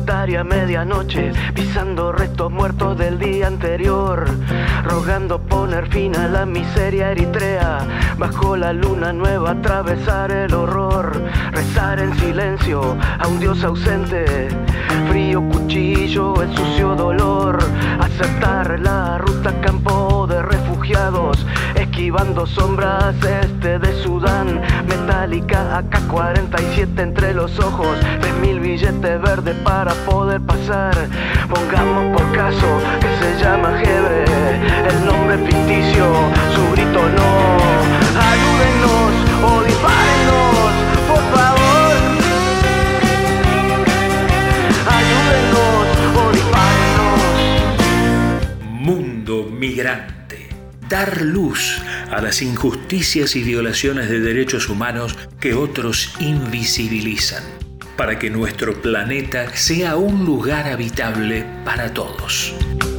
solitaria medianoche, pisando restos muertos del día anterior, rogando poner fin a la miseria eritrea, bajo la luna nueva atravesar el horror, rezar en silencio a un Dios ausente, frío cuchillo, el sucio dolor, aceptar la ruta campo de refugiados, esquivando sombras de Sudán, metálica AK-47 entre los ojos, 3.000 billetes verdes para poder pasar. Pongamos por caso que se llama Hebre, el nombre ficticio, su grito no. Ayúdennos o dispárennos, por favor. Ayúdennos o dispárennos. Mundo migrante. Dar luz a las injusticias y violaciones de derechos humanos que otros invisibilizan, para que nuestro planeta sea un lugar habitable para todos.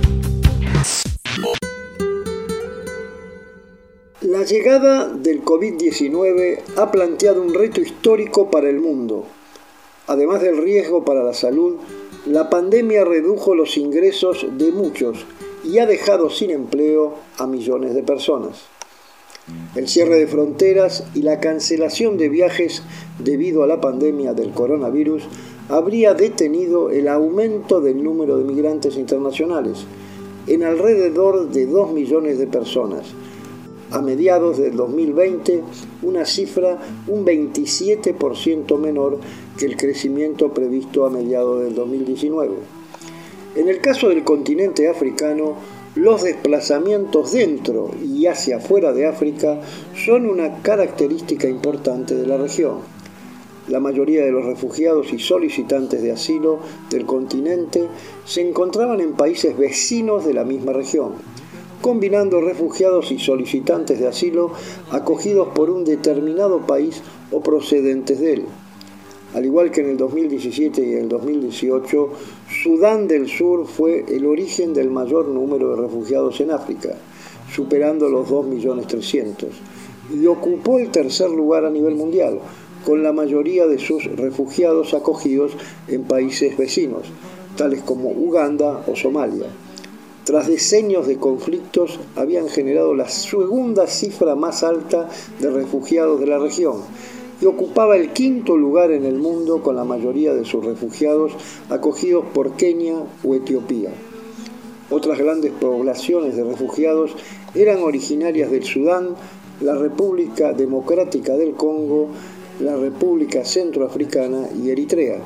La llegada del COVID-19 ha planteado un reto histórico para el mundo. Además del riesgo para la salud, la pandemia redujo los ingresos de muchos y ha dejado sin empleo a millones de personas. El cierre de fronteras y la cancelación de viajes debido a la pandemia del coronavirus habría detenido el aumento del número de migrantes internacionales en alrededor de 2 millones de personas. A mediados del 2020, una cifra un 27% menor que el crecimiento previsto a mediados del 2019. En el caso del continente africano, los desplazamientos dentro y hacia afuera de África son una característica importante de la región. La mayoría de los refugiados y solicitantes de asilo del continente se encontraban en países vecinos de la misma región, combinando refugiados y solicitantes de asilo acogidos por un determinado país o procedentes de él. Al igual que en el 2017 y en el 2018, Sudán del Sur fue el origen del mayor número de refugiados en África, superando los 2.300.000, y ocupó el tercer lugar a nivel mundial, con la mayoría de sus refugiados acogidos en países vecinos, tales como Uganda o Somalia. Tras decenios de conflictos, habían generado la segunda cifra más alta de refugiados de la región, y ocupaba el quinto lugar en el mundo con la mayoría de sus refugiados acogidos por Kenia o Etiopía. Otras grandes poblaciones de refugiados eran originarias del Sudán, la República Democrática del Congo, la República Centroafricana y Eritrea.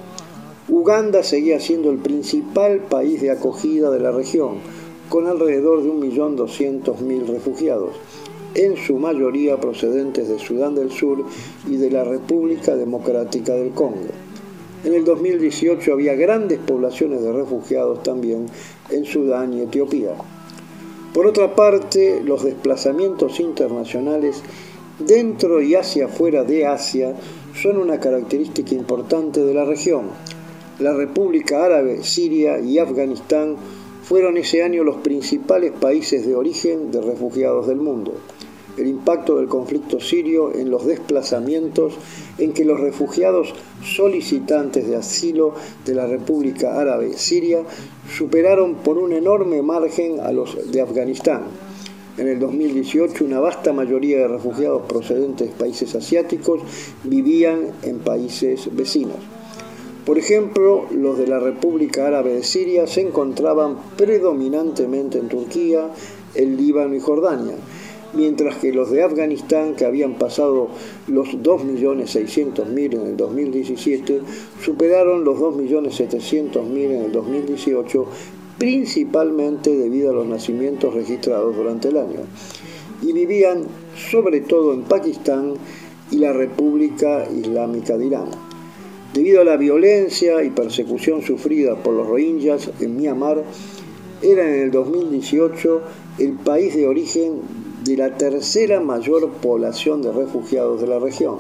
Uganda seguía siendo el principal país de acogida de la región, con alrededor de 1.200.000 refugiados, en su mayoría procedentes de Sudán del Sur y de la República Democrática del Congo. En el 2018 había grandes poblaciones de refugiados también en Sudán y Etiopía. Por otra parte, los desplazamientos internacionales dentro y hacia afuera de Asia son una característica importante de la región. La República Árabe, Siria y Afganistán fueron ese año los principales países de origen de refugiados del mundo. El impacto del conflicto sirio en los desplazamientos, en que los refugiados solicitantes de asilo de la República Árabe Siria superaron por un enorme margen a los de Afganistán. En el 2018, una vasta mayoría de refugiados procedentes de países asiáticos vivían en países vecinos. Por ejemplo, los de la República Árabe de Siria se encontraban predominantemente en Turquía, el Líbano y Jordania, mientras que los de Afganistán, que habían pasado los 2.600.000 en el 2017, superaron los 2.700.000 en el 2018, principalmente debido a los nacimientos registrados durante el año, y vivían sobre todo en Pakistán y la República Islámica de Irán. Debido a la violencia y persecución sufrida por los rohingyas en Myanmar, era en el 2018 el país de origen de la tercera mayor población de refugiados de la región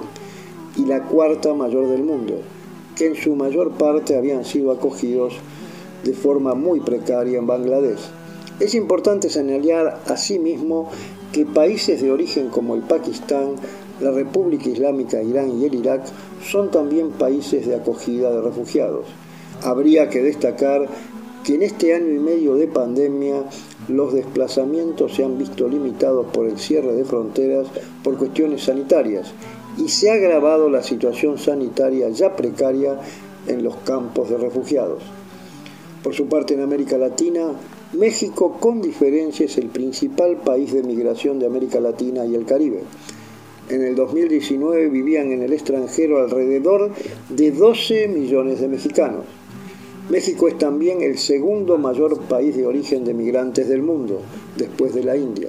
y la cuarta mayor del mundo, que en su mayor parte habían sido acogidos de forma muy precaria en Bangladesh. Es importante señalar asimismo que países de origen como el Pakistán, la República Islámica de Irán y el Irak son también países de acogida de refugiados. Habría que destacar que en este año y medio de pandemia los desplazamientos se han visto limitados por el cierre de fronteras por cuestiones sanitarias y se ha agravado la situación sanitaria ya precaria en los campos de refugiados. Por su parte, en América Latina, México con diferencia es el principal país de migración de América Latina y el Caribe. En el 2019 vivían en el extranjero alrededor de 12 millones de mexicanos. México es también el segundo mayor país de origen de migrantes del mundo, después de la India.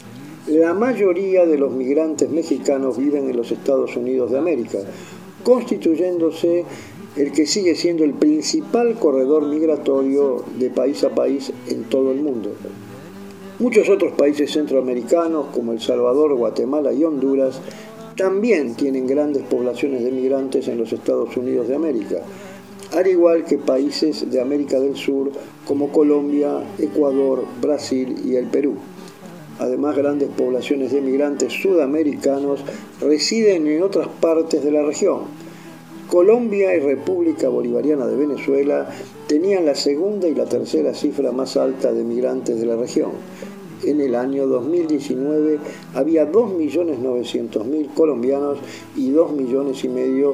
La mayoría de los migrantes mexicanos viven en los Estados Unidos de América, constituyéndose el que sigue siendo el principal corredor migratorio de país a país en todo el mundo. Muchos otros países centroamericanos, como El Salvador, Guatemala y Honduras, también tienen grandes poblaciones de migrantes en los Estados Unidos de América, al igual que países de América del Sur como Colombia, Ecuador, Brasil y el Perú. Además, grandes poblaciones de migrantes sudamericanos residen en otras partes de la región. Colombia y República Bolivariana de Venezuela tenían la segunda y la tercera cifra más alta de migrantes de la región. En el año 2019 había 2.900.000 colombianos y 2,5 millones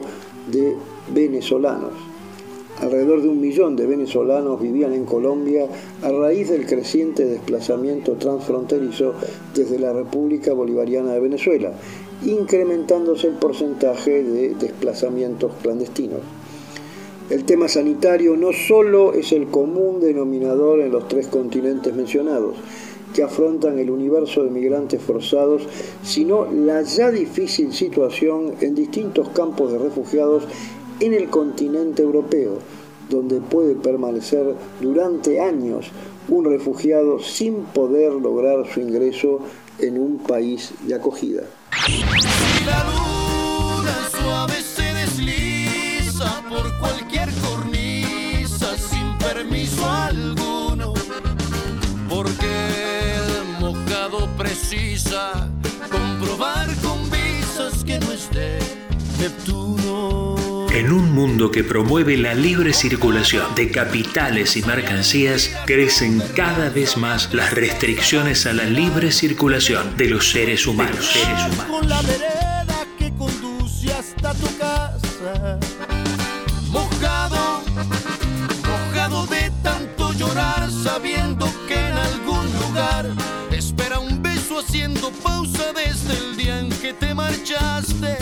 de venezolanos. Alrededor de 1 millón de venezolanos vivían en Colombia a raíz del creciente desplazamiento transfronterizo desde la República Bolivariana de Venezuela, incrementándose el porcentaje de desplazamientos clandestinos. El tema sanitario no solo es el común denominador en los 3 continentes mencionados, que afrontan el universo de migrantes forzados, sino la ya difícil situación en distintos campos de refugiados en el continente europeo, donde puede permanecer durante años un refugiado sin poder lograr su ingreso en un país de acogida. La luna suave se desliza por cualquier cornisa sin permiso alguno, porque el mojado precisa comprobar con visas que no esté Neptuno. En un mundo que promueve la libre circulación de capitales y mercancías, crecen cada vez más las restricciones a la libre circulación de los seres humanos. Con la vereda que conduce hasta tu casa, mojado de tanto llorar, sabiendo que en algún lugar te espera un beso haciendo pausa desde el día en que te marchaste.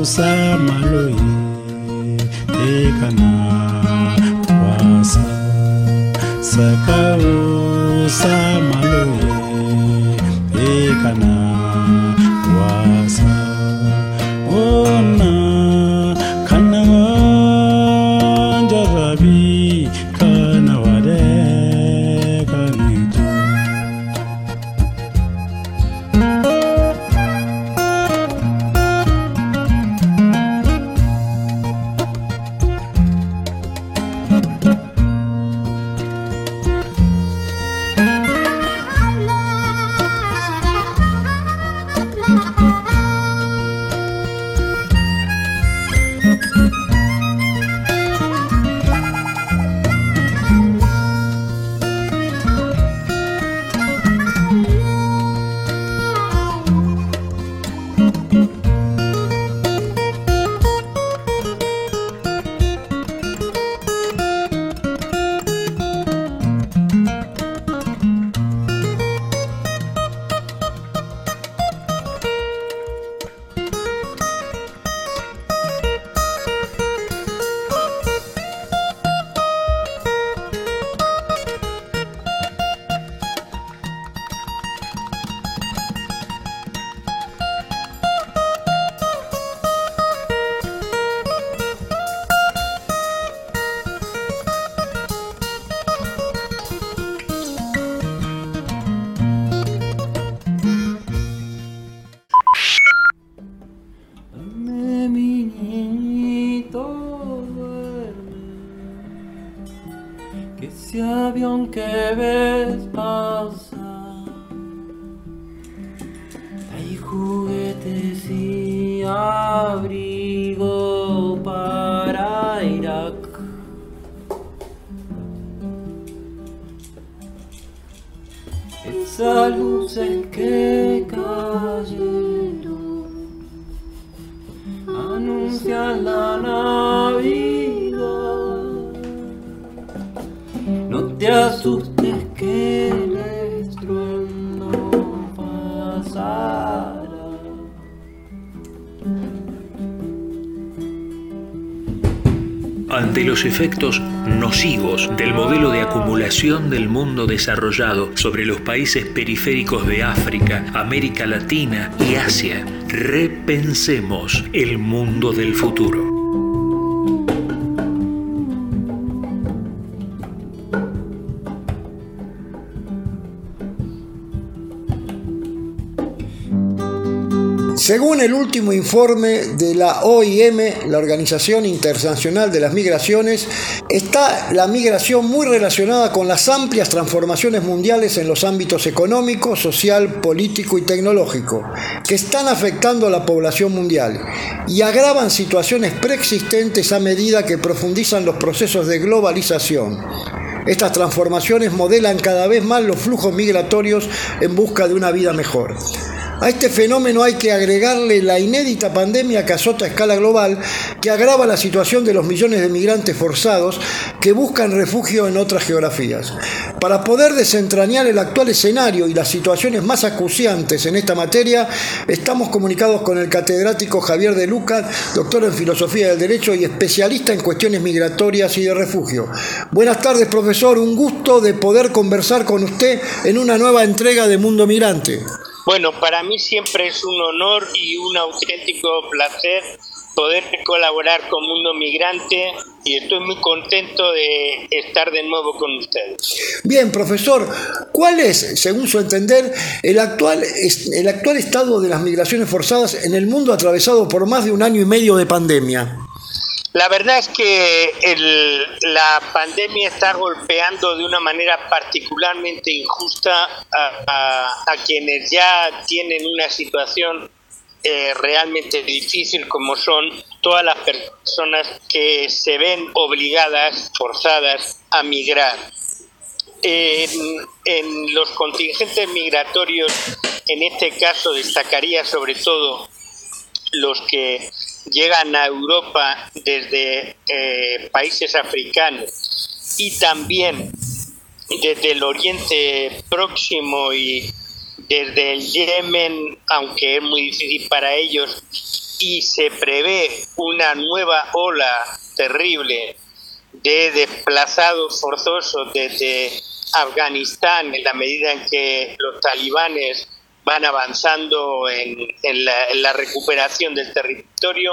samaloye ekana wasa sakao samaloye ekana wasa ona kana jarabi kana wade kanitu Ese avión que ves pasar, hay juguetes y abrigo para Irak. Esas luces que cayeron anuncian la Navidad. No te asustes que el estruendo pasará. Ante los efectos nocivos del modelo de acumulación del mundo desarrollado sobre los países periféricos de África, América Latina y Asia, repensemos el mundo del futuro. Según el último informe de la OIM, la Organización Internacional de las Migraciones, está la migración muy relacionada con las amplias transformaciones mundiales en los ámbitos económico, social, político y tecnológico, que están afectando a la población mundial y agravan situaciones preexistentes a medida que profundizan los procesos de globalización. Estas transformaciones modelan cada vez más los flujos migratorios en busca de una vida mejor. A este fenómeno hay que agregarle la inédita pandemia que azota a escala global, que agrava la situación de los millones de migrantes forzados que buscan refugio en otras geografías. Para poder desentrañar el actual escenario y las situaciones más acuciantes en esta materia, estamos comunicados con el catedrático Javier De Luca, doctor en Filosofía del Derecho y especialista en cuestiones migratorias y de refugio. Buenas tardes, profesor. Un gusto de poder conversar con usted en una nueva entrega de Mundo Migrante. Bueno, para mí siempre es un honor y un auténtico placer poder colaborar con Mundo Migrante y estoy muy contento de estar de nuevo con ustedes. Bien, profesor, ¿cuál es, según su entender, el actual estado de las migraciones forzadas en el mundo atravesado por más de 1 año y medio de pandemia? La verdad es que la pandemia está golpeando de una manera particularmente injusta a quienes ya tienen una situación realmente difícil, como son todas las personas que se ven obligadas, forzadas a migrar. En los contingentes migratorios, en este caso destacaría sobre todo los que llegan a Europa desde países africanos y también desde el Oriente Próximo y desde el Yemen, aunque es muy difícil para ellos, y se prevé una nueva ola terrible de desplazados forzosos desde Afganistán, en la medida en que los talibanes van avanzando en la recuperación del territorio,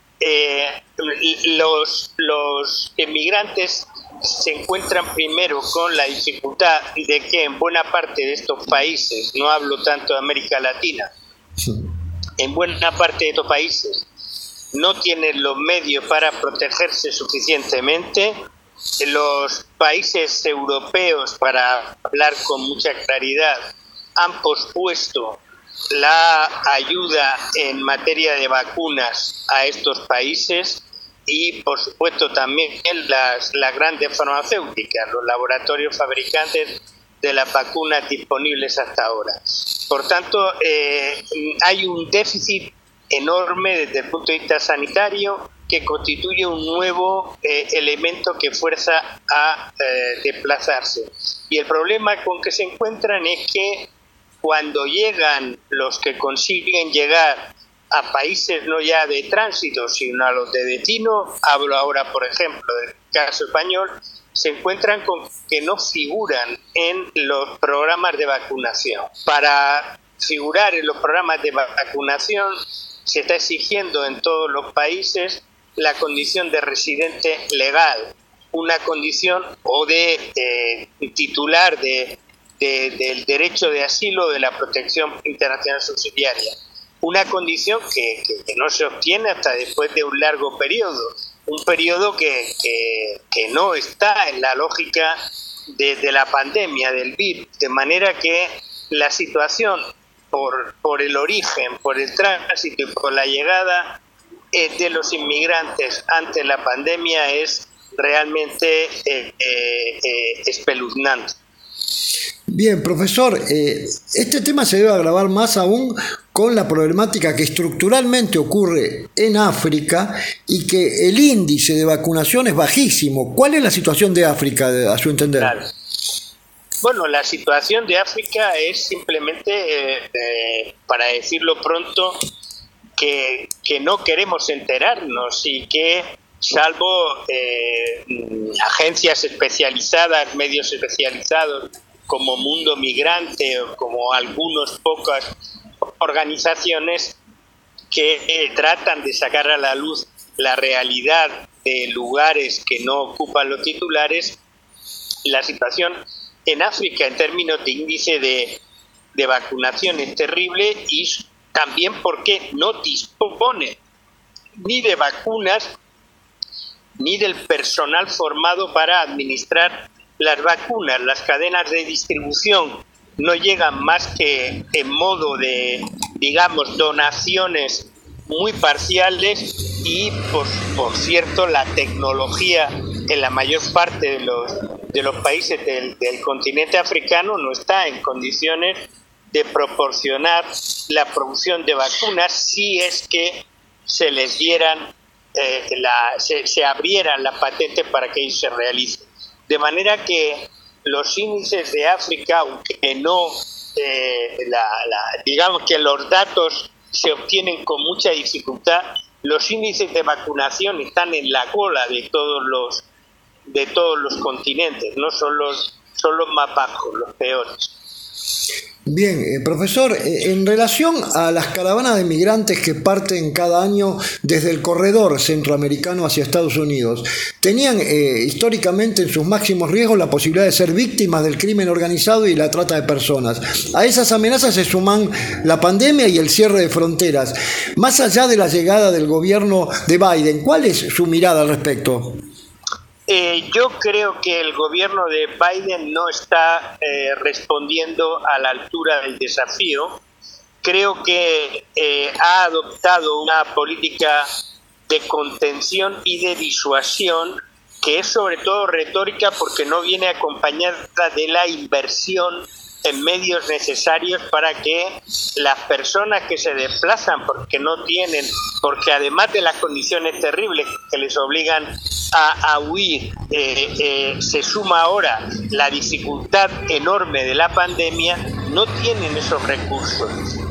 los emigrantes se encuentran primero con la dificultad de que en buena parte de estos países, no hablo tanto de América Latina, en buena parte de estos países no tienen los medios para protegerse suficientemente. Los países europeos, para hablar con mucha claridad, han pospuesto la ayuda en materia de vacunas a estos países y, por supuesto, también las grandes farmacéuticas, los laboratorios fabricantes de las vacunas disponibles hasta ahora. Por tanto, hay un déficit enorme desde el punto de vista sanitario que constituye un nuevo elemento que fuerza a desplazarse. Y el problema con que se encuentran es que cuando llegan los que consiguen llegar a países no ya de tránsito, sino a los de destino, hablo ahora, por ejemplo, del caso español, se encuentran con que no figuran en los programas de vacunación. Para figurar en los programas de vacunación se está exigiendo en todos los países la condición de residente legal, una condición o de titular del derecho de asilo de la protección internacional subsidiaria. Una condición que no se obtiene hasta después de un largo periodo, un periodo que no está en la lógica de la pandemia, del virus, de manera que la situación por el origen, por el tránsito y por la llegada de los inmigrantes ante la pandemia es realmente espeluznante. Bien, profesor, este tema se debe agravar más aún con la problemática que estructuralmente ocurre en África y que el índice de vacunación es bajísimo. ¿Cuál es la situación de África, a su entender? Claro. Bueno, la situación de África es simplemente, para decirlo pronto, que no queremos enterarnos y que, salvo agencias especializadas, medios especializados, como Mundo Migrante o como algunas pocas organizaciones que tratan de sacar a la luz la realidad de lugares que no ocupan los titulares, la situación en África en términos de índice de vacunación es terrible, y también porque no dispone ni de vacunas ni del personal formado para administrar las vacunas. Las cadenas de distribución no llegan más que en modo de, digamos, donaciones muy parciales y, por cierto, la tecnología en la mayor parte de los países del continente africano no está en condiciones de proporcionar la producción de vacunas si es que se les dieran, se abrieran las patentes para que ellos se realicen. De manera que los índices de África, aunque no, digamos que los datos se obtienen con mucha dificultad, los índices de vacunación están en la cola de todos los continentes, no son los más bajos, los peores. Bien, profesor, en relación a las caravanas de migrantes que parten cada año desde el corredor centroamericano hacia Estados Unidos, tenían históricamente en sus máximos riesgos la posibilidad de ser víctimas del crimen organizado y la trata de personas. A esas amenazas se suman la pandemia y el cierre de fronteras. Más allá de la llegada del gobierno de Biden, ¿cuál es su mirada al respecto? Yo creo que el gobierno de Biden no está respondiendo a la altura del desafío. Creo que ha adoptado una política de contención y de disuasión que es sobre todo retórica, porque no viene acompañada de la inversión en medios necesarios para que las personas que se desplazan porque además de las condiciones terribles que les obligan a huir, se suma ahora la dificultad enorme de la pandemia, no tienen esos recursos.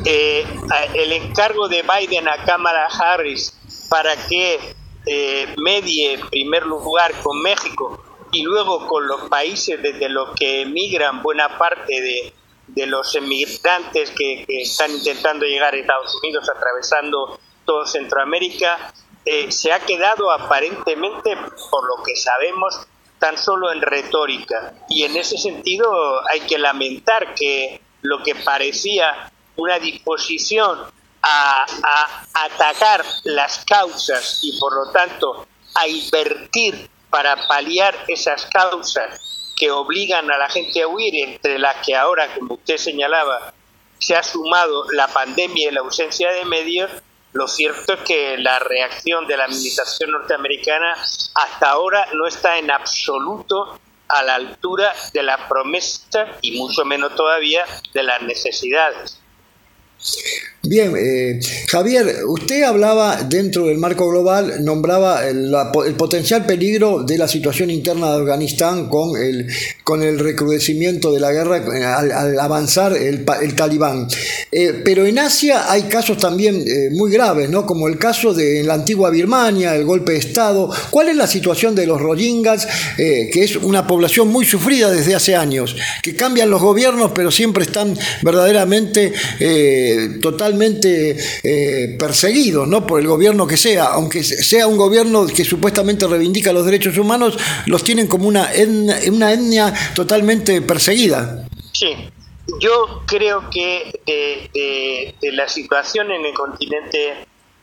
el encargo de Biden a Kamala Harris para que medie en primer lugar con México y luego con los países desde los que emigran buena parte de los emigrantes que están intentando llegar a Estados Unidos atravesando todo Centroamérica, se ha quedado aparentemente, por lo que sabemos, tan solo en retórica. Y en ese sentido hay que lamentar que lo que parecía una disposición a atacar las causas y por lo tanto a invertir para paliar esas causas que obligan a la gente a huir, entre las que ahora, como usted señalaba, se ha sumado la pandemia y la ausencia de medios. Lo cierto es que la reacción de la administración norteamericana hasta ahora no está en absoluto a la altura de las promesas y mucho menos todavía de las necesidades. Bien, Javier, usted hablaba dentro del marco global, nombraba el potencial peligro de la situación interna de Afganistán con el recrudecimiento de la guerra al avanzar el talibán. Pero en Asia hay casos también muy graves, ¿no? Como el caso de la antigua Birmania, el golpe de Estado. ¿Cuál es la situación de los rohingyas, que es una población muy sufrida desde hace años, que cambian los gobiernos pero siempre están verdaderamente totalmente perseguidos, ¿no? Por el gobierno que sea, aunque sea un gobierno que supuestamente reivindica los derechos humanos, los tienen como una etnia totalmente perseguida? Sí, yo creo que de la situación en el continente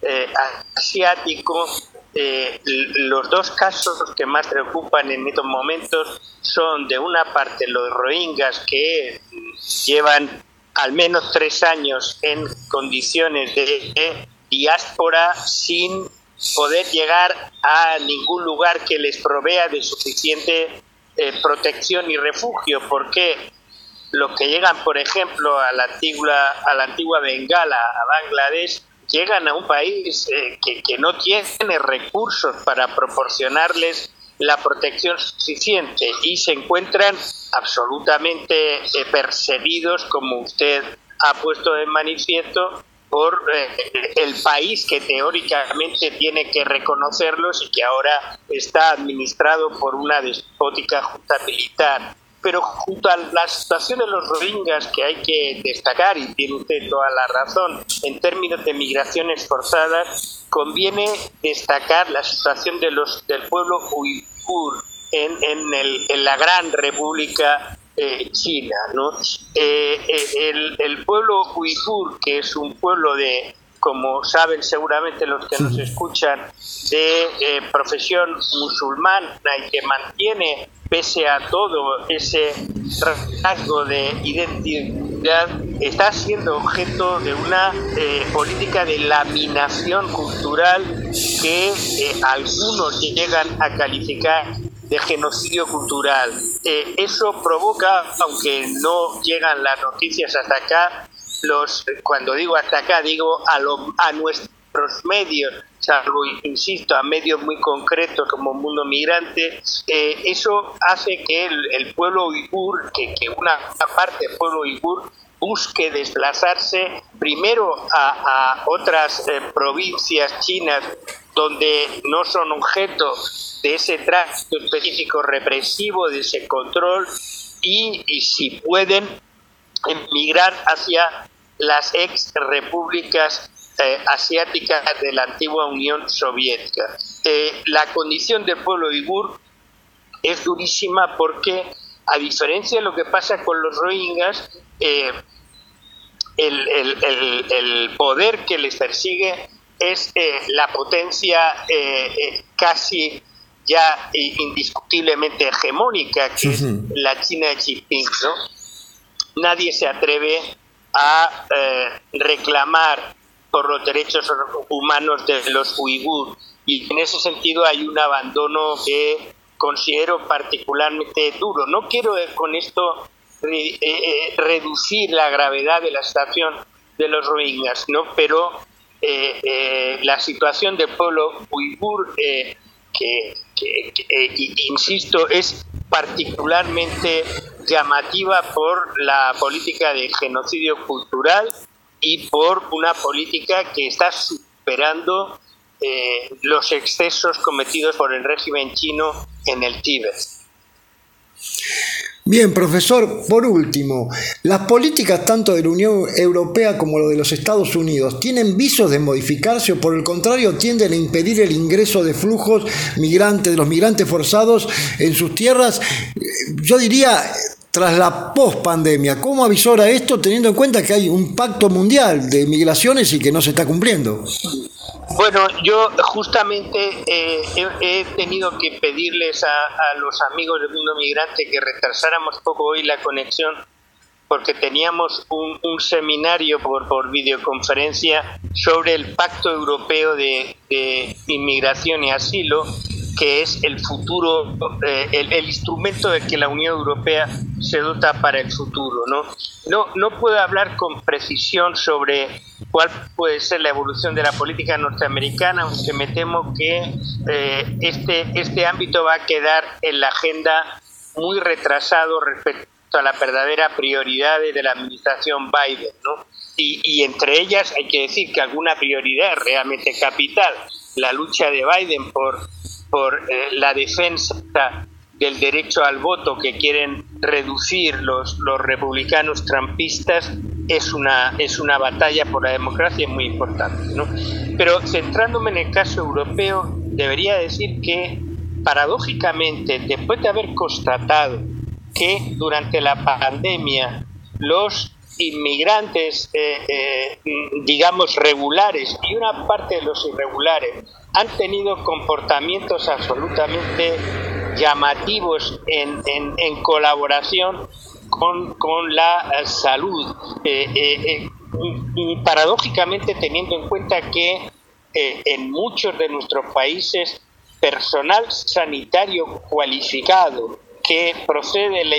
asiático, los dos casos que más preocupan en estos momentos son, de una parte, los rohingyas, que llevan al menos 3 años en condiciones de diáspora sin poder llegar a ningún lugar que les provea de suficiente protección y refugio, porque los que llegan, por ejemplo, a la antigua Bengala, a Bangladesh, llegan a un país que no tiene recursos para proporcionarles la protección suficiente y se encuentran absolutamente perseguidos, como usted ha puesto de manifiesto, por el país que teóricamente tiene que reconocerlos y que ahora está administrado por una despótica junta militar. Pero junto a la situación de los rohingyas, que hay que destacar, y tiene usted toda la razón, en términos de migraciones forzadas, conviene destacar la situación del pueblo uigur en la gran República China, ¿no? El pueblo uigur, que es un pueblo de, como saben seguramente los que nos escuchan, de profesión musulmana y que mantiene, pese a todo ese rasgo de identidad, está siendo objeto de una política de laminación cultural que algunos llegan a calificar de genocidio cultural. Eso provoca, aunque no llegan las noticias hasta acá, cuando digo hasta acá, digo a nuestros medios, salvo, insisto, a medios muy concretos como Mundo Migrante. Eso hace que el pueblo uigur, que una parte del pueblo uigur busque desplazarse primero a otras provincias chinas donde no son objeto de ese trato específico represivo, de ese control, y si pueden emigrar hacia las ex repúblicas asiáticas de la antigua Unión Soviética. La condición del pueblo uigur es durísima porque, a diferencia de lo que pasa con los rohingyas, el poder que les persigue es la potencia casi ya indiscutiblemente hegemónica, que es la China de Xi Jinping, ¿no? Nadie se atreve a reclamar por los derechos humanos de los uigur, y en ese sentido hay un abandono que considero particularmente duro. No quiero con esto reducir la gravedad de la situación de los rohingyas, ¿no? Pero la situación del pueblo uigur, que insisto, es particularmente llamativa por la política de genocidio cultural y por una política que está superando los excesos cometidos por el régimen chino en el Tíbet. Bien, profesor, por último, las políticas tanto de la Unión Europea como lo de los Estados Unidos, ¿tienen visos de modificarse o por el contrario tienden a impedir el ingreso de flujos migrantes, de los migrantes forzados en sus tierras? Yo diría, tras la post-pandemia, ¿cómo avisora esto teniendo en cuenta que hay un pacto mundial de migraciones y que no se está cumpliendo? Bueno, yo justamente he tenido que pedirles a los amigos del Mundo Migrante que retrasáramos poco hoy la conexión porque teníamos un seminario por videoconferencia sobre el Pacto Europeo de Inmigración y Asilo, que es el futuro, el instrumento de que la Unión Europea se dota para el futuro, ¿no? No puedo hablar con precisión sobre cuál puede ser la evolución de la política norteamericana, aunque me temo que este ámbito va a quedar en la agenda muy retrasado respecto a la verdadera prioridad de la administración Biden, ¿no? Y entre ellas hay que decir que alguna prioridad es realmente capital. La lucha de Biden por la defensa del derecho al voto que quieren reducir los republicanos trumpistas es una batalla por la democracia muy importante, ¿no? Pero centrándome en el caso europeo, debería decir que paradójicamente, después de haber constatado que durante la pandemia los inmigrantes, digamos, regulares y una parte de los irregulares han tenido comportamientos absolutamente llamativos en colaboración con la salud, paradójicamente teniendo en cuenta que en muchos de nuestros países personal sanitario cualificado que procede de la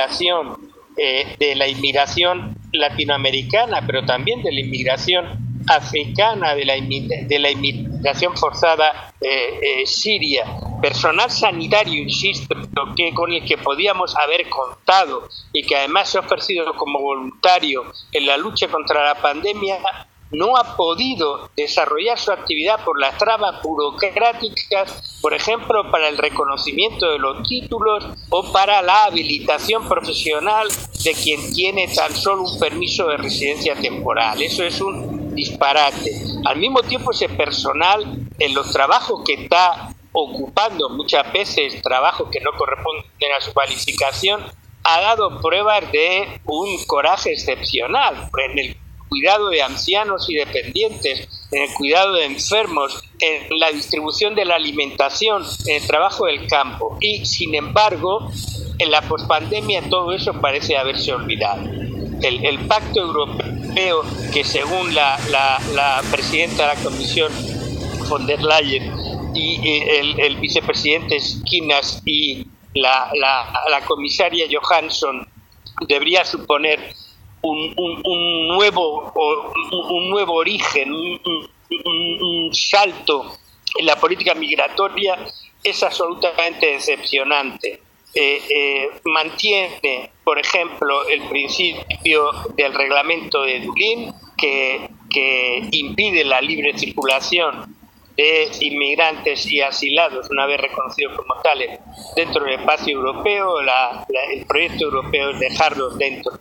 inmigración latinoamericana, pero también de la inmigración africana, de la inmigración forzada siria, personal sanitario, insisto, con el que podíamos haber contado y que además se ha ofrecido como voluntario en la lucha contra la pandemia, no ha podido desarrollar su actividad por las trabas burocráticas, por ejemplo, para el reconocimiento de los títulos o para la habilitación profesional de quien tiene tan solo un permiso de residencia temporal. Eso es un disparate. Al mismo tiempo, ese personal, en los trabajos que está ocupando, muchas veces trabajos que no corresponden a su cualificación, ha dado pruebas de un coraje excepcional en el cuidado de ancianos y dependientes, en el cuidado de enfermos, en la distribución de la alimentación, en el trabajo del campo. Y, sin embargo, en la pospandemia todo eso parece haberse olvidado. El Pacto Europeo, que según la presidenta de la Comisión, von der Leyen, y el vicepresidente Skinas y la comisaria Johansson, debería suponer un nuevo origen, un salto en la política migratoria, es absolutamente decepcionante. Mantiene, por ejemplo, el principio del reglamento de Dublín, que impide la libre circulación de inmigrantes y asilados una vez reconocidos como tales dentro del espacio europeo. El proyecto europeo es dejarlos dentro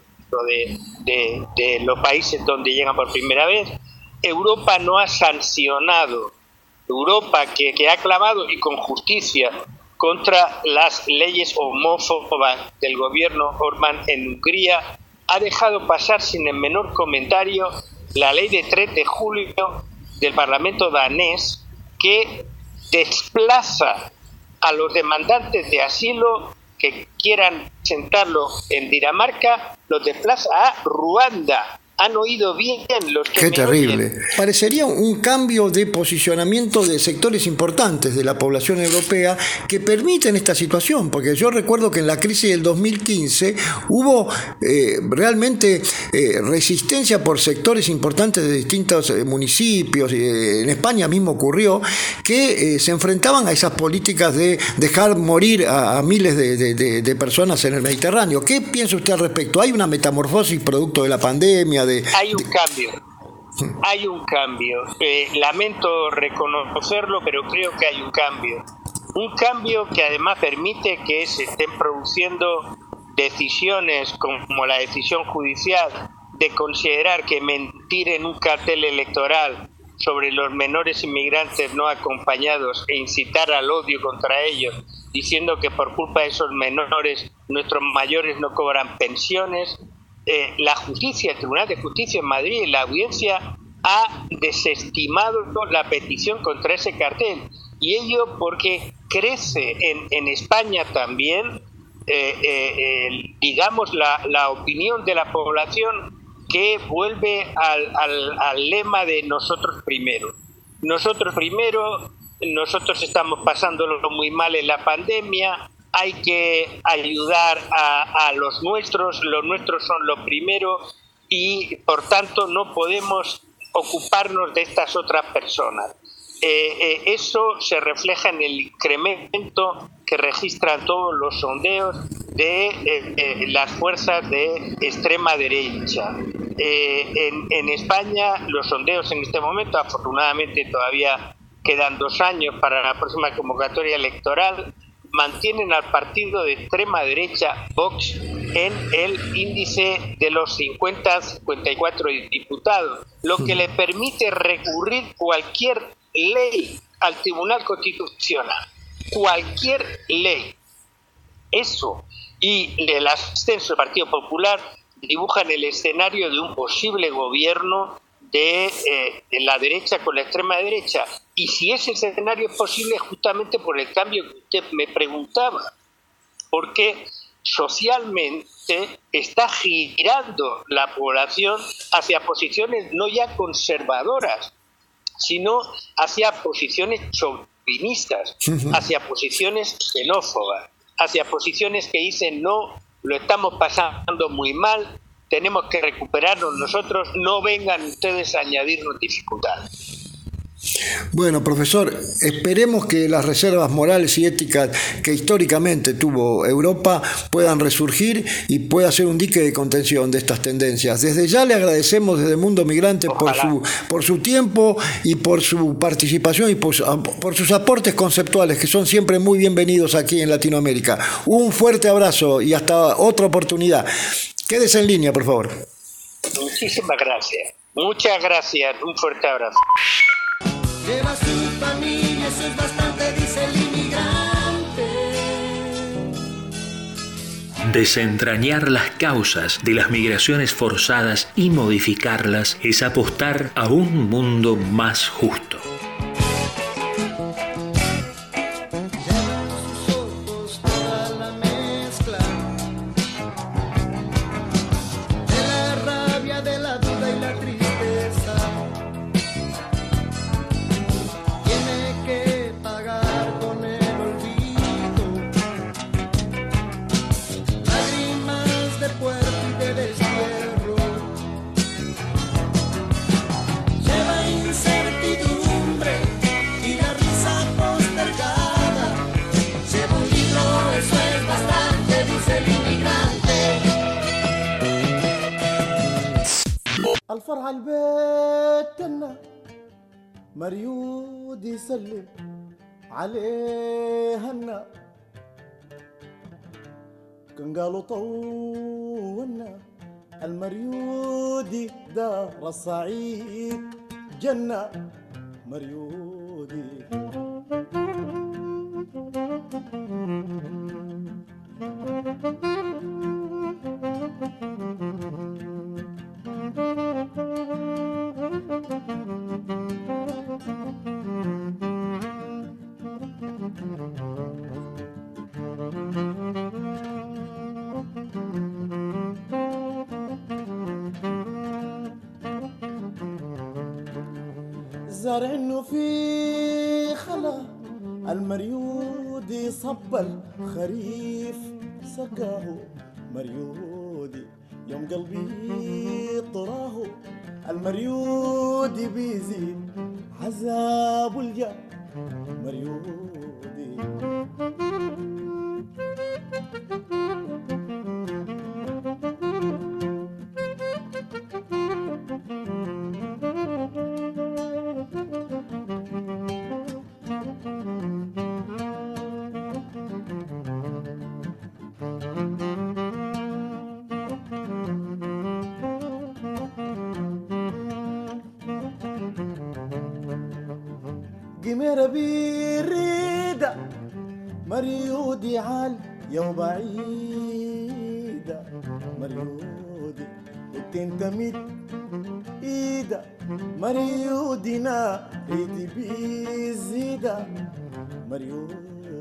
de los países donde llegan por primera vez. Europa no ha sancionado, Europa que ha clamado, y con justicia, contra las leyes homófobas del gobierno Orbán en Hungría, ha dejado pasar sin el menor comentario la ley de 3 de julio del Parlamento danés, que desplaza a los demandantes de asilo que quieran sentarlo en Dinamarca, los desplaza a Ruanda. Han oído bien los que... Qué terrible. Parecería un cambio de posicionamiento de sectores importantes de la población europea que permiten esta situación, porque yo recuerdo que en la crisis del 2015 hubo realmente resistencia por sectores importantes de distintos municipios. En España mismo ocurrió que se enfrentaban a esas políticas de dejar morir a miles de personas en el Mediterráneo. ¿Qué piensa usted al respecto? ¿Hay una metamorfosis producto de la pandemia? Hay un cambio. Hay un cambio. Lamento reconocerlo, pero creo que hay un cambio. Un cambio que además permite que se estén produciendo decisiones como la decisión judicial de considerar que mentir en un cartel electoral sobre los menores inmigrantes no acompañados e incitar al odio contra ellos, diciendo que por culpa de esos menores nuestros mayores no cobran pensiones. La justicia, el Tribunal de Justicia en Madrid, la audiencia ha desestimado la petición contra ese cartel, y ello porque crece en España también, digamos, la opinión de la población, que vuelve al lema de nosotros primero. Nosotros primero, nosotros estamos pasándolo muy mal en la pandemia, hay que ayudar a los nuestros son lo primero, y por tanto no podemos ocuparnos de estas otras personas. Eso se refleja en el incremento que registran todos los sondeos de las fuerzas de extrema derecha. En España los sondeos en este momento, afortunadamente todavía quedan 2 años para la próxima convocatoria electoral, mantienen al partido de extrema derecha, Vox, en el índice de los 50-54 diputados, lo que le permite recurrir cualquier ley al Tribunal Constitucional, cualquier ley. Eso y el ascenso del Partido Popular dibujan el escenario de un posible gobierno de la derecha con la extrema derecha. Y si ese escenario es posible, justamente por el cambio que usted me preguntaba, porque socialmente está girando la población hacia posiciones no ya conservadoras, sino hacia posiciones chauvinistas, hacia posiciones xenófobas, hacia posiciones que dicen no, lo estamos pasando muy mal, tenemos que recuperarnos nosotros, no vengan ustedes a añadirnos dificultades. Bueno, profesor, esperemos que las reservas morales y éticas que históricamente tuvo Europa puedan resurgir y pueda ser un dique de contención de estas tendencias. Desde ya le agradecemos desde Mundo Migrante por su tiempo y por su participación y por sus aportes conceptuales, que son siempre muy bienvenidos aquí en Latinoamérica. Un fuerte abrazo y hasta otra oportunidad. Quédese en línea, por favor. Muchísimas gracias. Muchas gracias. Un fuerte abrazo. Lleva su familia, eso es bastante, dice el inmigrante. Desentrañar las causas de las migraciones forzadas y modificarlas es apostar a un mundo más justo. الفرح البيت كنا مريود يسلم عليهن كان قالوا طولنا المريودي دار الصعيد جنة مريودي زارع في خلا المريودي صب الخريف سقاه مريودي يوم قلبي طراه المريودي بيزيد عذاب الجاه مريودي ميرا بيريدة مريودي عالية وبعيدة مريودي وانت ميت ايدة مريودي ناريتي بيزيدة مريودي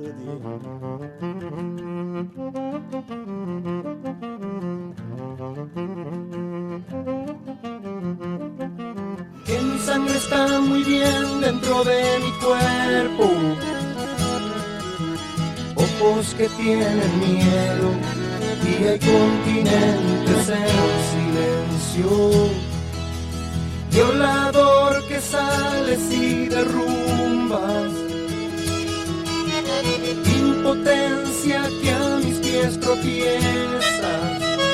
Que mi sangre está muy bien dentro de mi cuerpo. Ojos que tienen miedo y hay continentes en silencio. Violador que sales y derrumbas. Impotencia que a mis pies tropiezas.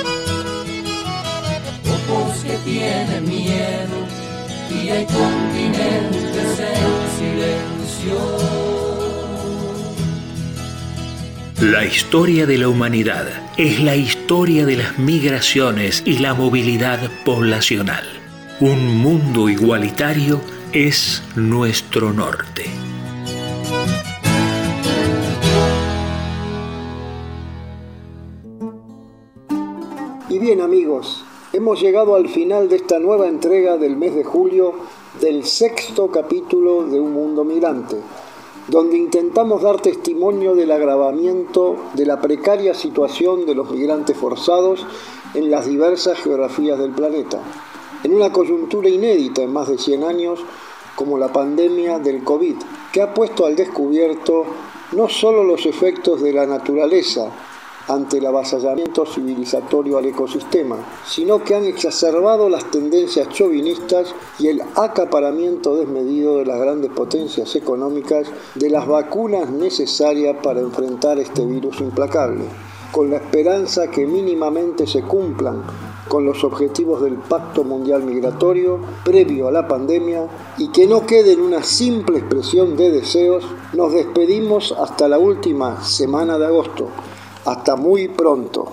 Ojos que tienen miedo y hay continentes en silencio. La historia de la humanidad es la historia de las migraciones y la movilidad poblacional. Un mundo igualitario es nuestro norte. Y bien, amigos, hemos llegado al final de esta nueva entrega del mes de julio del 6º capítulo de Un Mundo Migrante, donde intentamos dar testimonio del agravamiento de la precaria situación de los migrantes forzados en las diversas geografías del planeta, en una coyuntura inédita en más de 100 años como la pandemia del COVID, que ha puesto al descubierto no solo los efectos de la naturaleza ante el avasallamiento civilizatorio al ecosistema, sino que han exacerbado las tendencias chauvinistas y el acaparamiento desmedido de las grandes potencias económicas de las vacunas necesarias para enfrentar este virus implacable, con la esperanza que mínimamente se cumplan con los objetivos del Pacto Mundial Migratorio previo a la pandemia y que no quede en una simple expresión de deseos. Nos despedimos hasta la última semana de agosto. Hasta muy pronto.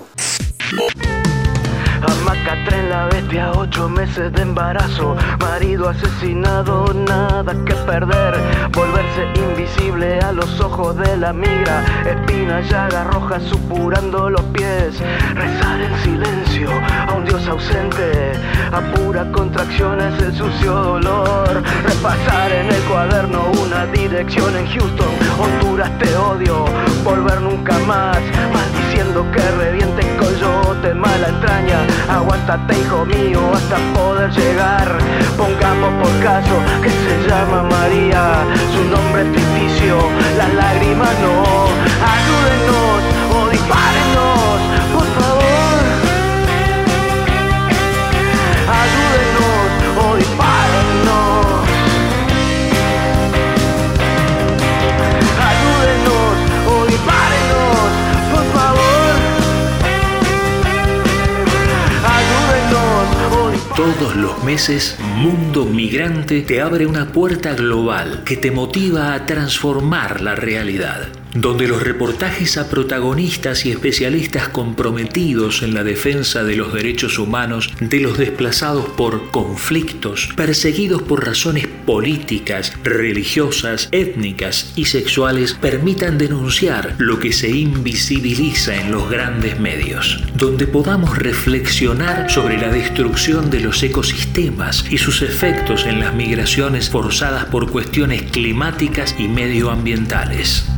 Amacatren la bestia, 8 meses de embarazo, marido asesinado, nada que perder, volverse invisible a los ojos de la migra, espina, llaga roja supurando los pies, rezar en silencio a un Dios ausente, a pura contracción es el sucio dolor, repasar en el cuaderno una dirección en Houston, Honduras te odio, volver nunca más, maldiciendo que reviente el coyote, mala entraña. Aguántate, hijo mío, hasta poder llegar. Pongamos por caso que se llama María, su nombre es ficticio, las lágrimas no. Ayúdennos o dispárennos, por favor. Ayúdennos o dispárennos. Ayúdennos o dispárennos, por favor. Todos los meses, Mundo Migrante te abre una puerta global que te motiva a transformar la realidad, donde los reportajes a protagonistas y especialistas comprometidos en la defensa de los derechos humanos de los desplazados por conflictos, perseguidos por razones políticas, religiosas, étnicas y sexuales, permitan denunciar lo que se invisibiliza en los grandes medios, donde podamos reflexionar sobre la destrucción de los ecosistemas y sus efectos en las migraciones forzadas por cuestiones climáticas y medioambientales.